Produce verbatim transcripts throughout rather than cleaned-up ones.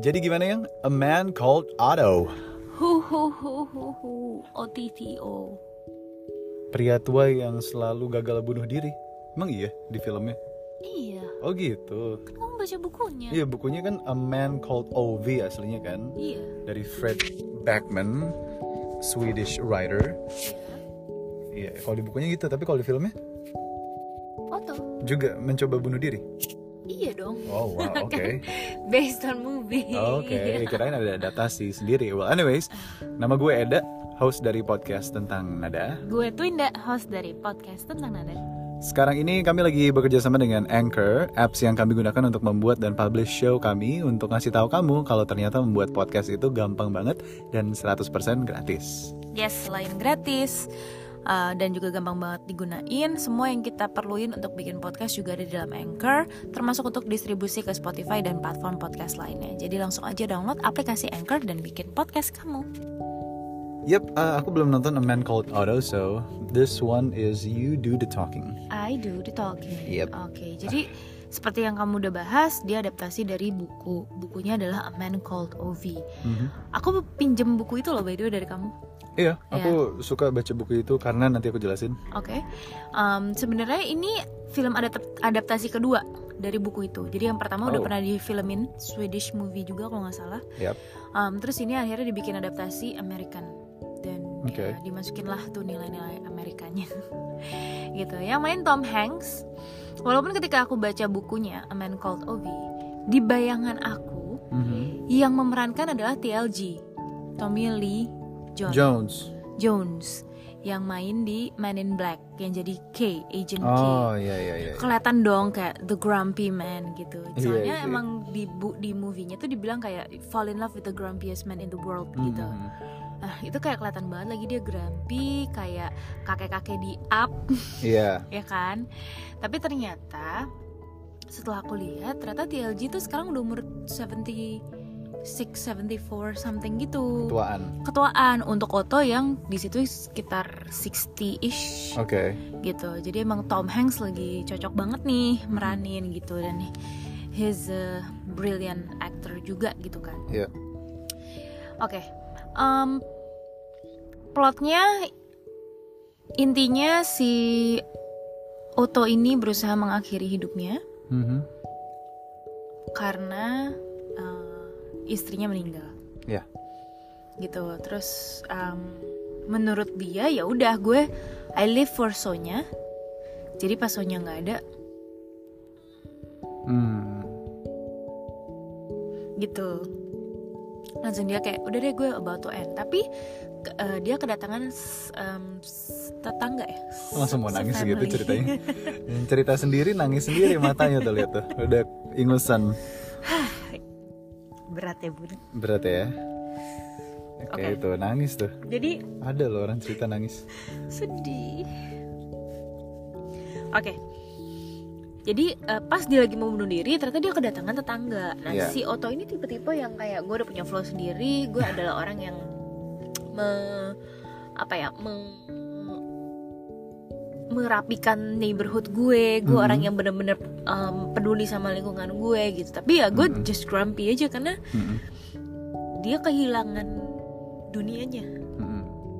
Jadi gimana yang A Man Called Otto? Hu hu hu hu hu O T T O. Pria tua yang selalu gagal bunuh diri. Emang iya di filmnya? Iya. Oh gitu. Kan kamu baca bukunya. Iya, bukunya kan A Man Called Ove aslinya kan. Iya. Dari Fred Backman, Swedish writer. Iya. Iya, kalau di bukunya gitu, tapi kalau di filmnya Otto juga mencoba bunuh diri. iya dong. Oh wow, oke. Okay. Based on movie. Oke, okay. Kirain ada adaptasi sendiri. Well, anyways, nama gue Eda, host dari podcast tentang nada. Gue Twinda, host dari podcast tentang nada. Sekarang ini kami lagi bekerja sama dengan Anchor, apps yang kami gunakan untuk membuat dan publish show kami untuk ngasih tahu kamu kalau ternyata membuat podcast itu gampang banget dan seratus persen gratis. Yes, selain gratis uh, dan juga gampang banget digunain, semua yang kita perluin untuk bikin podcast juga ada di dalam Anchor, termasuk untuk distribusi ke Spotify dan platform podcast lainnya. Jadi langsung aja download aplikasi Anchor dan bikin podcast kamu. Yep, uh, aku belum nonton A Man Called Otto, so this one is you do the talking. I do the talking. Yep. Oke, okay, jadi seperti yang kamu udah bahas, dia adaptasi dari buku. Bukunya adalah A Man Called Ove. Mm-hmm. Aku pinjem buku itu loh by the way dari kamu. Iya, aku yeah. suka baca buku itu karena nanti aku jelasin. Oke, okay. um, sebenarnya ini film adap- adaptasi kedua dari buku itu. Jadi yang pertama oh. udah pernah difilmin Swedish movie juga kalau nggak salah. Yep. Um, terus ini akhirnya dibikin adaptasi American dan okay. ya, dimasukin lah tuh nilai-nilai Amerikanya. Gitu. Yang main Tom Hanks. Walaupun ketika aku baca bukunya A Man Called Ove, di bayangan aku mm-hmm. yang memerankan adalah T L J, Tommy Lee Jones. Jones. Jones yang main di Man in Black yang jadi K, Agent oh, K. Oh iya iya iya. Kelihatan dong kayak the grumpy man gitu. Soalnya yeah, yeah. emang di bu- di movie-nya tuh dibilang kayak fall in love with the grumpiest man in the world mm-hmm. gitu. Nah, itu kayak kelihatan banget lagi dia grumpy, kayak kakek-kakek di Up. Iya. Yeah. Ya kan? Tapi ternyata setelah aku lihat ternyata T L J tuh sekarang udah umur seventy-six, seventy-four something gitu. Ketuaan. Ketuaan untuk Otto yang di situ sekitar sixty-ish. Oke. Okay. Gitu. Jadi emang Tom Hanks lagi cocok banget nih meranin gitu dan he's a brilliant actor juga gitu kan. Iya. Yeah. Oke. Okay. Um, plotnya intinya si Otto ini berusaha mengakhiri hidupnya mm-hmm. karena uh, istrinya meninggal. Ya. Yeah. Gitu. Terus um, menurut dia ya udah gue I live for Sonya. Jadi pas Sonya nggak ada, hmm. gitu. Langsung dia kayak udah deh gue about to end. Tapi uh, dia kedatangan um, tetangga ya. Langsung mau nangis gitu ceritanya. Cerita sendiri nangis sendiri matanya tuh lihat tuh. Udah ingusan. Berat ya bun. Berat ya. Oke okay. Tuh nangis tuh. Jadi ada loh orang cerita nangis. Sedih. Oke. Okay. Jadi uh, pas dia lagi mau bunuh diri ternyata dia kedatangan tetangga. Nah yeah. si Otto ini tipe-tipe yang kayak gue udah punya flow sendiri. Gue adalah orang yang me, apa ya me, merapikan neighborhood gue. Gue mm-hmm. orang yang benar-benar um, peduli sama lingkungan gue gitu. Tapi ya gue mm-hmm. just grumpy aja karena mm-hmm. dia kehilangan dunianya. Mm-hmm.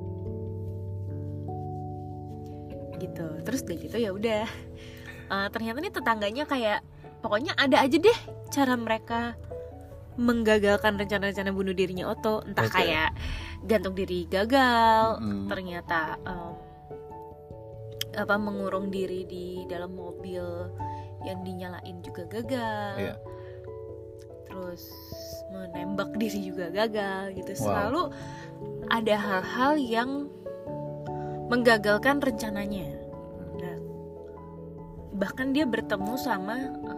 Gitu. Terus udah gitu ya udah. Uh, ternyata nih tetangganya kayak pokoknya ada aja deh cara mereka menggagalkan rencana-rencana bunuh dirinya Otto. Entah okay. kayak gantung diri gagal, mm-hmm. ternyata um, apa mengurung diri di dalam mobil yang dinyalain juga gagal, yeah. terus menembak diri juga gagal gitu. Wow. Selalu ada hal-hal yang menggagalkan rencananya. Bahkan dia bertemu sama uh,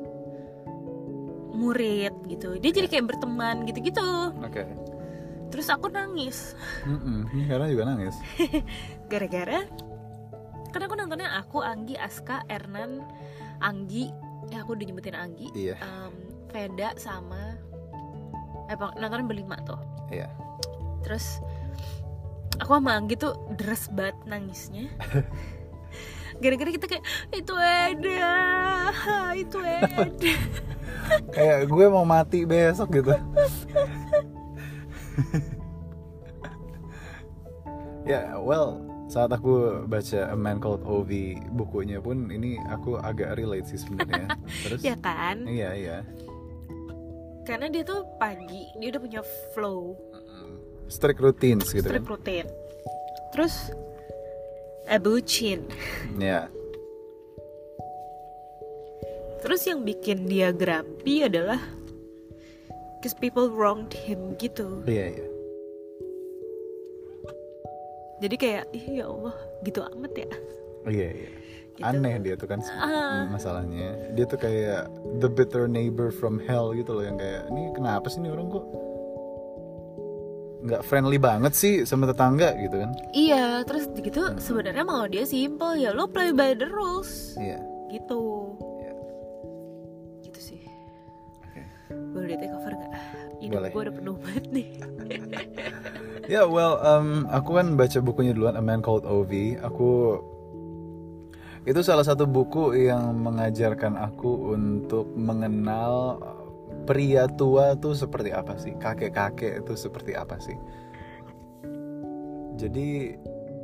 murid gitu. Dia jadi kayak berteman gitu-gitu. Oke. Okay. Terus aku nangis. Mm-mm, karena juga nangis. Gara-gara karena aku nontonnya aku, Anggi, Aska, Ernan, Anggi, ya aku udah nyebutin Anggi, iya. um, Veda sama eh nontonnya berlima tuh. Iya. Terus aku sama Anggi tuh deres banget nangisnya. Gara-gara kita kayak itu Eda, itu Eda. Kayak gue mau mati besok gitu. Ya, yeah, well, saat aku baca A Man Called Ove bukunya pun ini aku agak relate sih sebenarnya. Terus ya kan? Iya, iya. Karena dia tuh pagi, dia udah punya flow. Strict routines gitu Strict kan. routine. Terus a bucin. Ya. Terus yang bikin dia grumpy adalah cause people wronged him gitu. Iya, iya. Jadi kayak, ih ya Allah, gitu amat ya. Iya, iya. Gitu. Aneh dia tuh kan Ah. masalahnya. Dia tuh kayak the bitter neighbor from hell gitu loh, yang kayak ini kenapa sih nih orang kok nggak friendly banget sih sama tetangga gitu kan. Iya, terus gitu sebenarnya mau dia simple ya, lo play by the rules. Iya. Gitu. Iya. Gitu sih. Oke. Boleh di take over gak? Hidup Boleh. gue udah penuh banget nih. Ya, yeah, well, um, aku kan baca bukunya duluan, A Man Called Ove. Aku itu salah satu buku yang mengajarkan aku untuk mengenal pria tua tuh seperti apa sih, kakek-kakek itu seperti apa sih. Jadi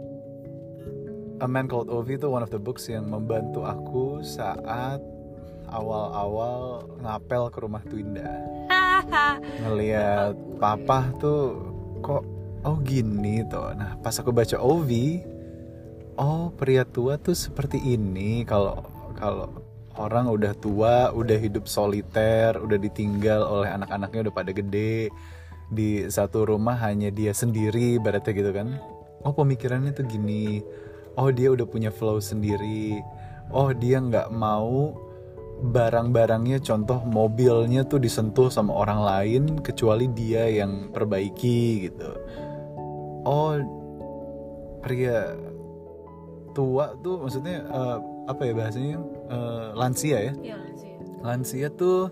A Man Called Ove itu one of the books yang membantu aku saat awal-awal ngapel ke rumah Twinda. Ngeliat papa tuh kok oh gini tuh. Nah pas aku baca Ove, oh pria tua tuh seperti ini. Kalau kalau orang udah tua, udah hidup soliter, udah ditinggal oleh anak-anaknya udah pada gede, di satu rumah hanya dia sendiri, ibaratnya gitu kan. Oh pemikirannya tuh gini. Oh dia udah punya flow sendiri. Oh dia nggak mau barang-barangnya, contoh mobilnya tuh disentuh sama orang lain kecuali dia yang perbaiki gitu. Oh pria tua tuh maksudnya uh, apa ya bahasanya, uh, lansia ya? Iya lansia. Lansia tuh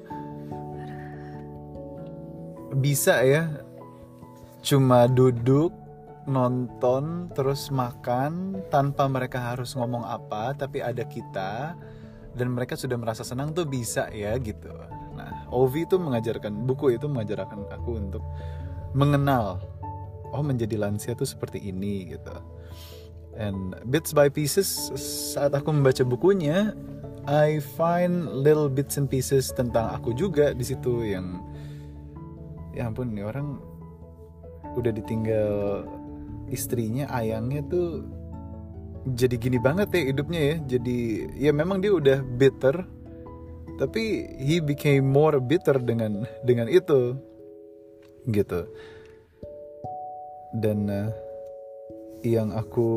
bisa ya cuma duduk nonton terus makan tanpa mereka harus ngomong apa, tapi ada kita dan mereka sudah merasa senang tuh bisa ya gitu. Nah, Ove itu mengajarkan, buku itu mengajarkan aku untuk mengenal, oh menjadi lansia tuh seperti ini gitu. And bits by pieces saat aku membaca bukunya, I find little bits and pieces tentang aku juga di situ yang, ya ampun nih orang udah ditinggal istrinya, ayangnya tuh jadi gini banget ya hidupnya ya. Jadi ya memang dia udah bitter, tapi he became more bitter dengan dengan itu gitu. Dan uh, yang aku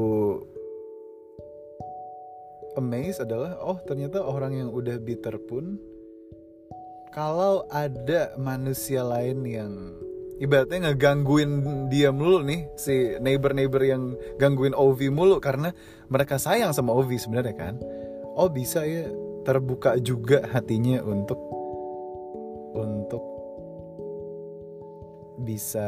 amazed adalah oh ternyata orang yang udah bitter pun, kalau ada manusia lain yang ibaratnya ngegangguin dia mulu nih, si neighbor-neighbor yang gangguin Ove mulu karena mereka sayang sama Ove sebenarnya kan, oh bisa ya terbuka juga hatinya untuk untuk bisa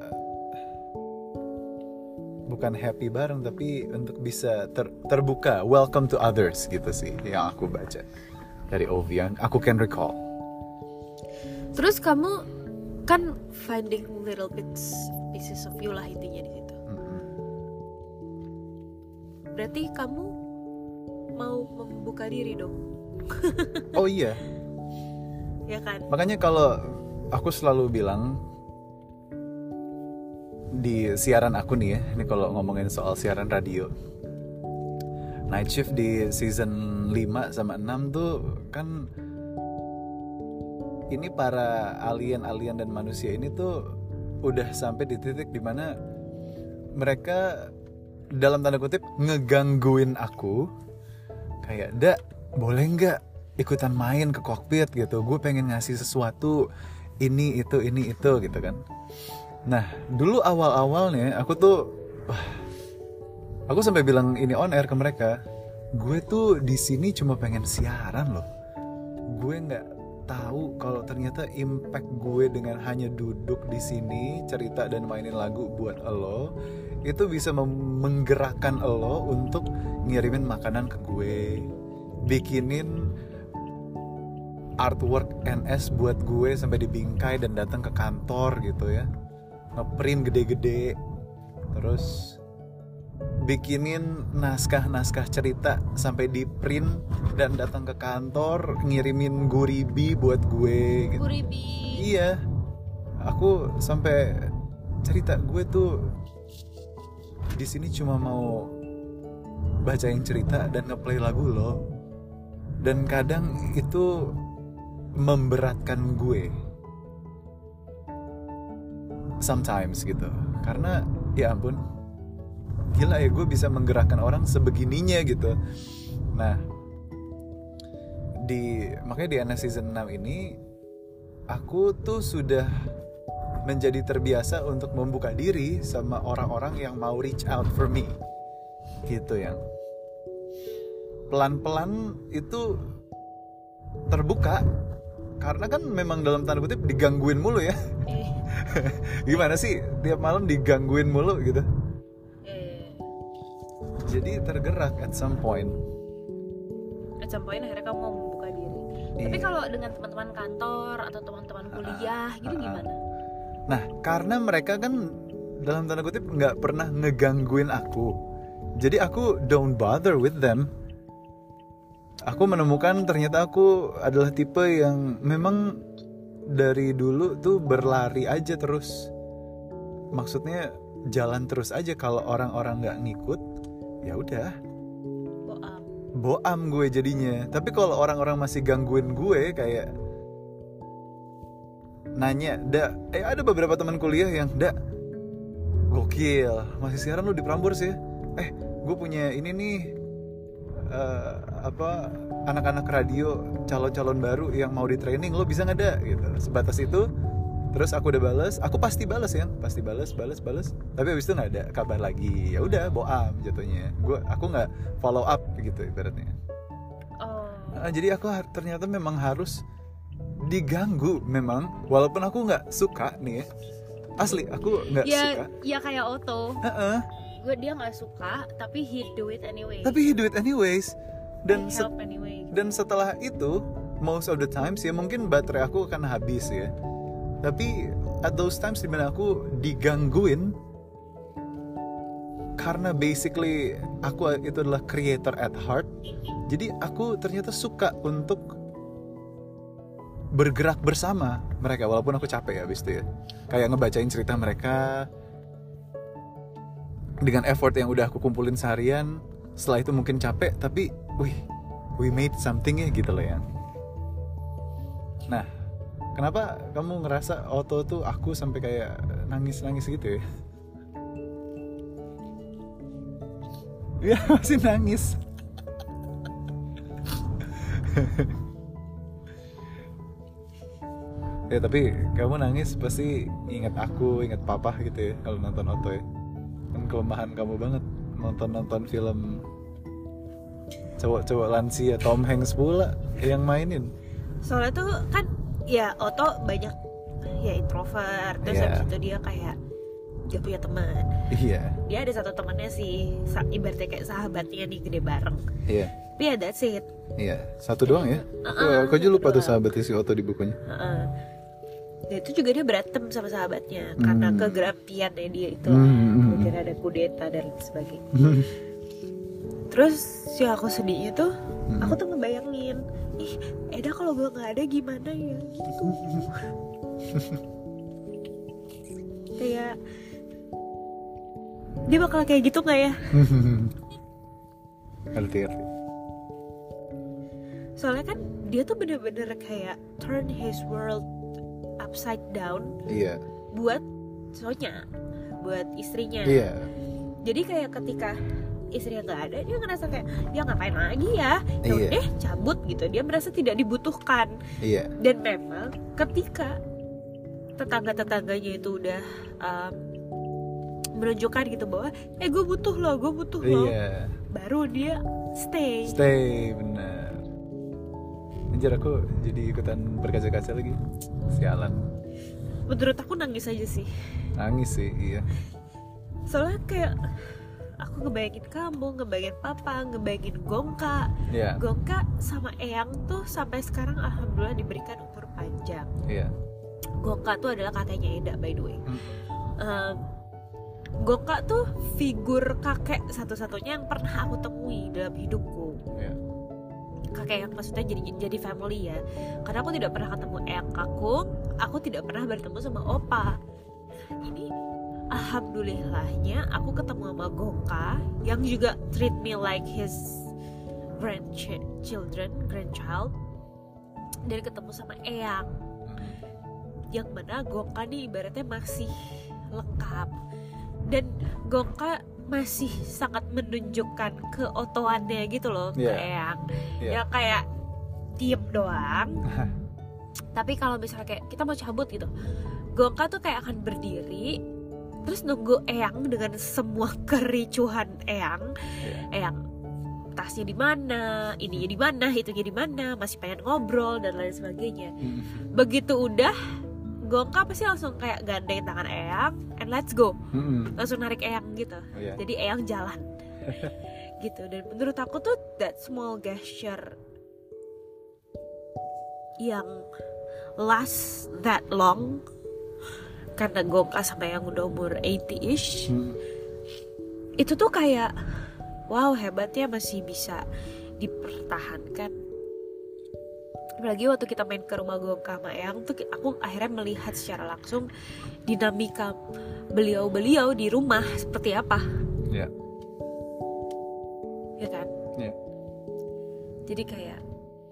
bukan happy bareng tapi untuk bisa ter, terbuka, welcome to others gitu sih yang aku baca dari Ove yang aku can recall. Terus kamu kan finding little bits pieces of you lah intinya di situ. Mm-hmm. Berarti kamu mau membuka diri dong. Oh iya. Ya kan? Makanya kalau aku selalu bilang di siaran aku nih ya, ini kalau ngomongin soal siaran radio, Night Shift di season lima sama enam tuh kan ini para alien-alien dan manusia ini tuh udah sampai di titik dimana mereka dalam tanda kutip ngegangguin aku. Kayak, "Dak, boleh nggak ikutan main ke kokpit gitu? Gue pengen ngasih sesuatu, ini itu ini itu gitu kan." Nah, dulu awal-awalnya aku tuh, wah, aku sampai bilang ini on air ke mereka, gue tuh di sini cuma pengen siaran loh. Gue nggak tahu kalau ternyata impact gue dengan hanya duduk di sini cerita dan mainin lagu buat elo itu bisa mem- menggerakkan elo untuk ngirimin makanan ke gue, bikinin artwork N S buat gue sampai di bingkai dan datang ke kantor gitu ya, ngeprint gede-gede, terus bikinin naskah-naskah cerita sampai di print dan datang ke kantor, ngirimin guribi buat gue gitu. Guribi. Iya, aku sampai cerita gue tuh di sini cuma mau bacain cerita dan ngeplay lagu loh, dan kadang itu memberatkan gue sometimes gitu, karena ya ampun, gila ya gue bisa menggerakkan orang sebegininya gitu. Nah, di makanya di N S season enam ini aku tuh sudah menjadi terbiasa untuk membuka diri sama orang-orang yang mau reach out for me gitu, yang pelan-pelan itu terbuka, karena kan memang dalam tanda kutip digangguin mulu ya. Gimana sih tiap malam digangguin mulu gitu. Jadi tergerak at some point. At some point akhirnya kamu mau membuka diri. Yeah. Tapi kalau dengan teman-teman kantor atau teman-teman kuliah uh, gitu uh, gimana? Nah, karena mereka kan dalam tanda kutip nggak pernah ngegangguin aku, jadi aku don't bother with them. Aku menemukan ternyata aku adalah tipe yang memang dari dulu tuh berlari aja terus. Maksudnya jalan terus aja, kalau orang-orang nggak ngikut ya udah boam boam gue jadinya. Tapi kalau orang-orang masih gangguin gue, kayak nanya, "Da, eh ada beberapa teman kuliah yang, "Da, gokil, masih siaran lu di Prambors ya? Eh, gue punya ini nih uh, apa anak-anak radio calon-calon baru yang mau di training, lo bisa nggak, Da?" Gitu. Sebatas itu. Terus aku udah balas, aku pasti balas ya, pasti balas, balas, balas. Tapi abis itu nggak ada kabar lagi. Ya udah, boam jatuhnya. Gue, aku nggak follow up gitu ibaratnya. Oh. Nah, jadi aku ternyata memang harus diganggu memang, walaupun aku nggak suka nih ya. Asli, aku nggak ya, suka. Ya kayak Otto. Uh-uh. Gue dia nggak suka, tapi he do it anyway. Tapi he do it anyways. Dan se- anyway. Dan setelah itu, most of the times ya mungkin baterai aku akan habis ya. Tapi at those times dimana aku digangguin, karena basically aku itu adalah creator at heart, jadi aku ternyata suka untuk bergerak bersama mereka walaupun aku capek ya abis itu ya. Kayak ngebacain cerita mereka dengan effort yang udah aku kumpulin seharian. Setelah itu mungkin capek, tapi wih, we made something ya gitu loh ya. Nah, kenapa kamu ngerasa Otto tuh aku sampai kayak nangis-nangis gitu ya? Ya masih nangis. Ya tapi kamu nangis pasti ingat aku, ingat papa gitu ya kalau nonton Otto ya. Kan kelemahan kamu banget nonton-nonton film cowok-cowok lansia, Tom Hanks pula yang mainin. Soalnya tuh kan ya Otto banyak ya introvert, terus yeah. Habis itu dia kayak gak punya teman. Iya. Yeah. Dia ada satu temannya sih, ibaratnya kayak sahabatnya nih, gede bareng. Iya. Yeah. Tapi ya that's it. Iya, yeah. Satu doang ya. Uh-uh, aku aja lupa tuh sahabatnya si Otto di bukunya. Uh-uh. Dan itu juga dia berantem sama sahabatnya hmm. karena kegerampiannya dia itu. Hmm. Mungkin ada kudeta dan sebagainya. Hmm. Terus yang aku sedihnya tuh, hmm. aku tuh ngebayangin, ih, Eda kalau gue nggak ada gimana ya gitu. Kayak dia bakal kayak gitu nggak ya? Ngerti-ngerti. Soalnya kan dia tuh bener-bener kayak turn his world upside down. Iya. Buat Sonya, buat istrinya. Iya. Jadi kayak ketika istrinya nggak ada, dia ngerasa kayak ya ngapain lagi ya, ya udah deh cabut gitu. Dia merasa tidak dibutuhkan. Iya. Dan memang ketika tetangga-tetangganya itu udah um, menunjukkan gitu bahwa eh gue butuh lo, gue butuh lo, iya. Baru dia stay. Stay, benar. Anjir, aku jadi ikutan berkaca-kaca lagi. Sialan. Menurut aku nangis aja sih. Nangis sih, iya. Soalnya kayak aku ngebayangin kamu, ngebayangin papa, ngebayangin Gongka. Yeah. Gongka sama Eyang tuh sampai sekarang alhamdulillah diberikan umur panjang. Yeah. Gongka tuh adalah kakeknya Eda by the way. Hmm. Um, Gongka tuh figur kakek satu-satunya yang pernah aku temui dalam hidupku. Yeah. Kakek yang maksudnya jadi jadi family ya. Karena aku tidak pernah ketemu Eyang Kakung, aku tidak pernah bertemu sama Opa. Ini alhamdulillahnya aku ketemu sama Gongka yang juga treat me like his grandchildren, grandchild. Dan ketemu sama Eyang, yang mana Gongka nih ibaratnya masih lengkap. Dan Gongka masih sangat menunjukkan keotoannya gitu loh yeah. ke Eyang. Yeah. Ya kayak diem doang. Tapi kalau misalnya kayak kita mau cabut gitu, Gongka tuh kayak akan berdiri terus nunggu Eyang dengan semua kericuhan Eyang. Yeah. Eyang tasnya di mana, ininya di mana, itunya di mana, masih pengen ngobrol dan lain sebagainya. Begitu udah, Gongka pasti langsung kayak gandeng tangan Eyang and let's go. Mm-hmm. Langsung narik Eyang gitu. Oh, yeah. Jadi Eyang jalan. Gitu. Dan menurut aku tuh that small gesture yang last that long, karena Gongka sama yang udah umur eighty-ish, hmm. itu tuh kayak wow, hebatnya masih bisa dipertahankan. Apalagi waktu kita main ke rumah Gongka sama Eyang tuh, aku akhirnya melihat secara langsung dinamika beliau-beliau di rumah seperti apa. Iya. Ya kan? Iya. Jadi kayak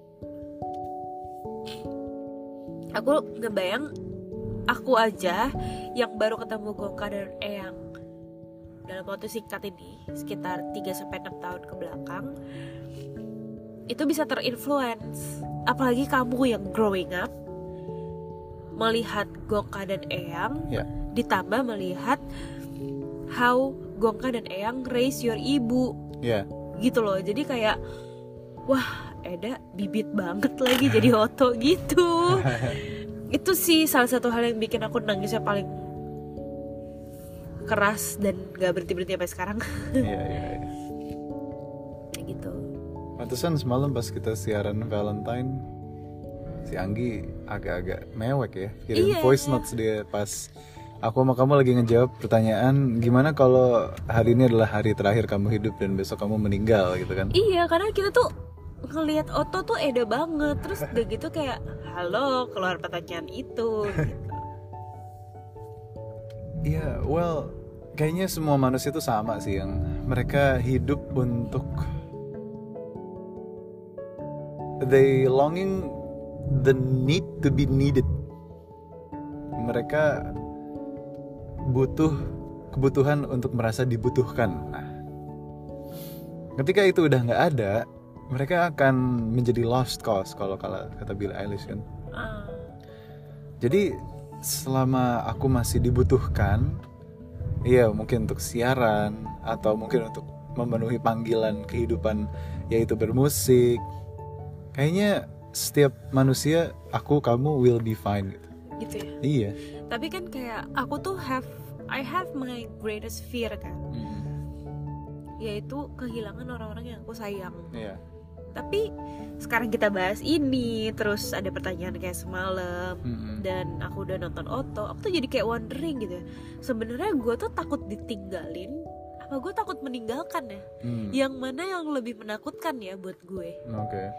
aku ngebayang aku aja yang baru ketemu Gongka dan Eyang dalam waktu singkat ini, sekitar tiga sampai enam tahun ke belakang, itu bisa terinfluence. Apalagi kamu yang growing up melihat Gongka dan Eyang, yeah. ditambah melihat how Gongka dan Eyang raise your ibu, yeah. gitu loh. Jadi kayak wah, Eda bibit banget lagi jadi Otto gitu. Itu sih salah satu hal yang bikin aku nangisnya paling keras dan gak berhenti-berhenti sampai sekarang. Iya, iya, iya. Kayak gitu. Pantesan semalam pas kita siaran Valentine, si Anggi agak-agak mewek ya, kirim iya, voice notes dia pas aku sama kamu lagi ngejawab pertanyaan gimana kalau hari ini adalah hari terakhir kamu hidup dan besok kamu meninggal gitu kan. Iya, karena kita tuh ngelihat Otto tuh Eda banget. Terus udah gitu kayak halo, keluar pertanyaan itu gitu. Iya, yeah, well, kayaknya semua manusia itu sama sih, yang mereka hidup untuk they longing the need to be needed. Mereka butuh kebutuhan untuk merasa dibutuhkan. Nah, ketika itu udah nggak ada, mereka akan menjadi lost cause kalau kalau kata Billie Eilish kan. Uh. Jadi selama aku masih dibutuhkan, iya mungkin untuk siaran atau mungkin untuk memenuhi panggilan kehidupan yaitu bermusik, kayaknya setiap manusia, aku kamu will be fine gitu. Gitu ya. Iya. Tapi kan kayak aku tuh have I have my greatest fear kan, hmm. yaitu kehilangan orang-orang yang aku sayang. Iya. Tapi sekarang kita bahas ini, terus ada pertanyaan kayak semalam, mm-hmm. dan aku udah nonton Otto, aku tuh jadi kayak wondering gitu. Sebenarnya gue tuh takut ditinggalin, apa gue takut meninggalkan ya? Mm. Yang mana yang lebih menakutkan ya buat gue? Oke. Okay.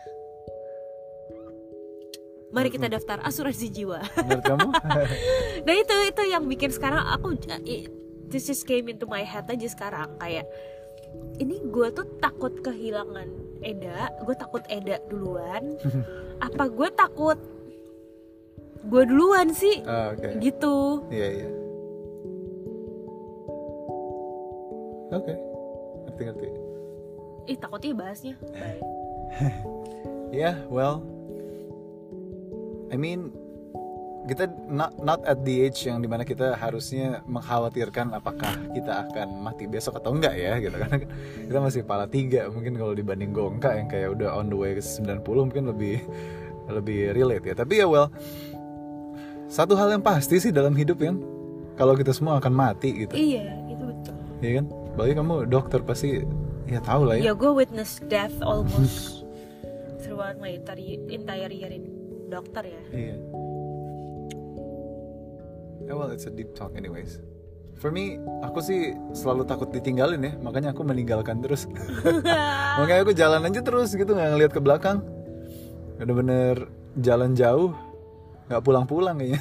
Mari kita daftar asuransi jiwa. Menurut kamu? Nah itu itu yang bikin sekarang aku this just came into my head aja sekarang, kayak ini gue tuh takut kehilangan Eda, gue takut Eda duluan, apa gue takut gue duluan sih, oh, okay. gitu. Iya iya. Oke, okay. ngerti-ngerti. Ih takutnya bahasnya. Bye. Yeah, well, I mean, kita not not at the age yang dimana kita harusnya mengkhawatirkan apakah kita akan mati besok atau enggak ya gitu kan. Kita masih kepala tiga mungkin kalau dibanding Gongka yang kayak udah on the way ke sembilan puluh mungkin lebih lebih relate ya. Tapi ya well, satu hal yang pasti sih dalam hidup kan, kalau kita semua akan mati gitu. Iya, itu betul. Iya kan? Apalagi kamu dokter pasti ya tahu lah ya. Ya gue witness death almost throughout my entire entire year in dokter ya. Iya. Yeah, well, it's a deep talk anyways. For me, aku sih selalu takut ditinggalin ya, makanya aku meninggalkan terus. Makanya aku jalan aja terus gitu, nggak ngeliat ke belakang. Bener-bener jalan jauh, nggak pulang-pulang kayaknya.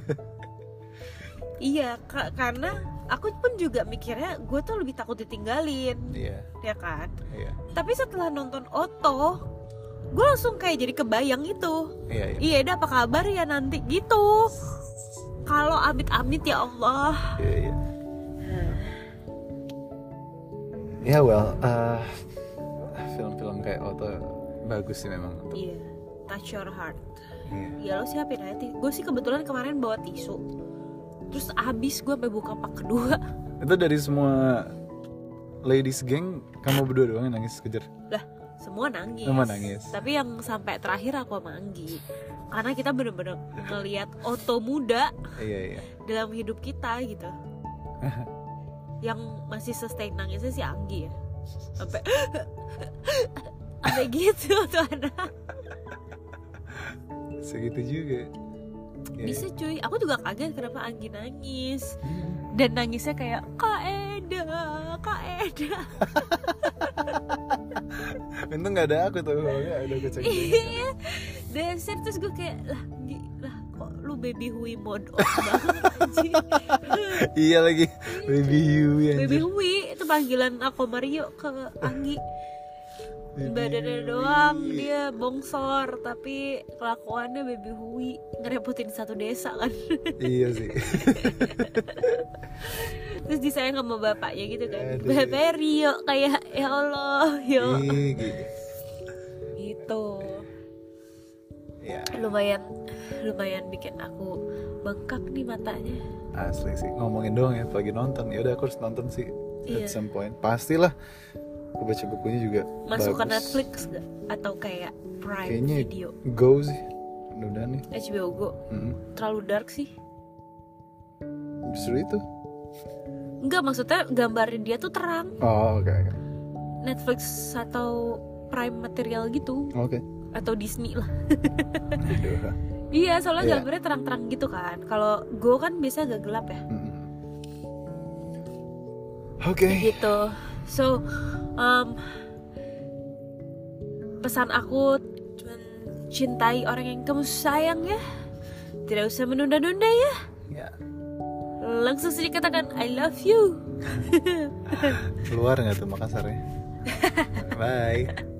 Iya, ka- karena aku pun juga mikirnya gue tuh lebih takut ditinggalin. Iya. Ya kan? Iya. Tapi setelah nonton Otto, gue langsung kayak jadi kebayang itu. Iya, iya. Iya, dah apa kabar ya nanti gitu. Kalau amit-amit ya Allah. Iya, iya. Ya well, uh, film-film kayak Otto bagus sih memang. Iya, touch your heart. Iya. Ya lo siapin hati. Gue sih kebetulan kemarin bawa tisu. Terus abis gue sampai buka pak kedua. Itu dari semua ladies gang, kamu berdua doang yang nangis kejar? Lah, semua nangis. Semua nangis. Tapi yang sampai terakhir aku sama Anggi. Karena kita bener-bener ngelihat Otto muda Iya, iya. dalam hidup kita gitu. Yang masih sustain nangisnya si Anggi ya. Sampai sampai gitu tuh anak. Segitu juga. Ya, Bisa cuy, aku juga kaget kenapa Anggi nangis. Dan nangisnya kayak Kak Eda, Kak Eda. untung gak ada aku tuh, gak ada kucing. Iya. Dasar terus gue kayak lah, Anggi, lah kok lu baby Hui mode on banget anjing. Iya lagi, baby Yui anjir. Baby Hui itu panggilan aku Mario ke Anggi. Badannya doang dia bongsor, tapi kelakuannya baby Hui, ngerepotin satu desa kan. Iya sih. Terus disayang sama bapaknya gitu kan. Aduh. Bapaknya Rio kayak ya Allah yo. Ih, gitu. Gitu. Ya, Lumayan lumayan bikin aku bengkak nih matanya. asli sih. Ngomongin doang ya, lagi nonton. Ya udah aku harus nonton sih. Iya. At some point. Pastilah. Aku baca bukunya juga Masuk ke bagus. Netflix gak? Atau kayak Prime Kayaknya Video? Go sih. Mudah-mudahan nih. H B O Go. Mm-mm. Terlalu dark sih. Justru itu. Enggak, maksudnya gambarnya dia tuh terang. Oh, oke oke. Netflix atau Prime material gitu. Oke. Atau Disney lah. Aduh. Iya, soalnya Iya. gambarnya terang-terang gitu kan. Kalau Go kan biasa agak gelap ya. Mm-mm. Oke. Gitu. So, um, pesan aku cuman cintai orang yang kamu sayang ya. Tidak usah menunda-nunda ya. Ya. Langsung saja katakan I love you. Keluar nggak tuh Makassarnya? Bye.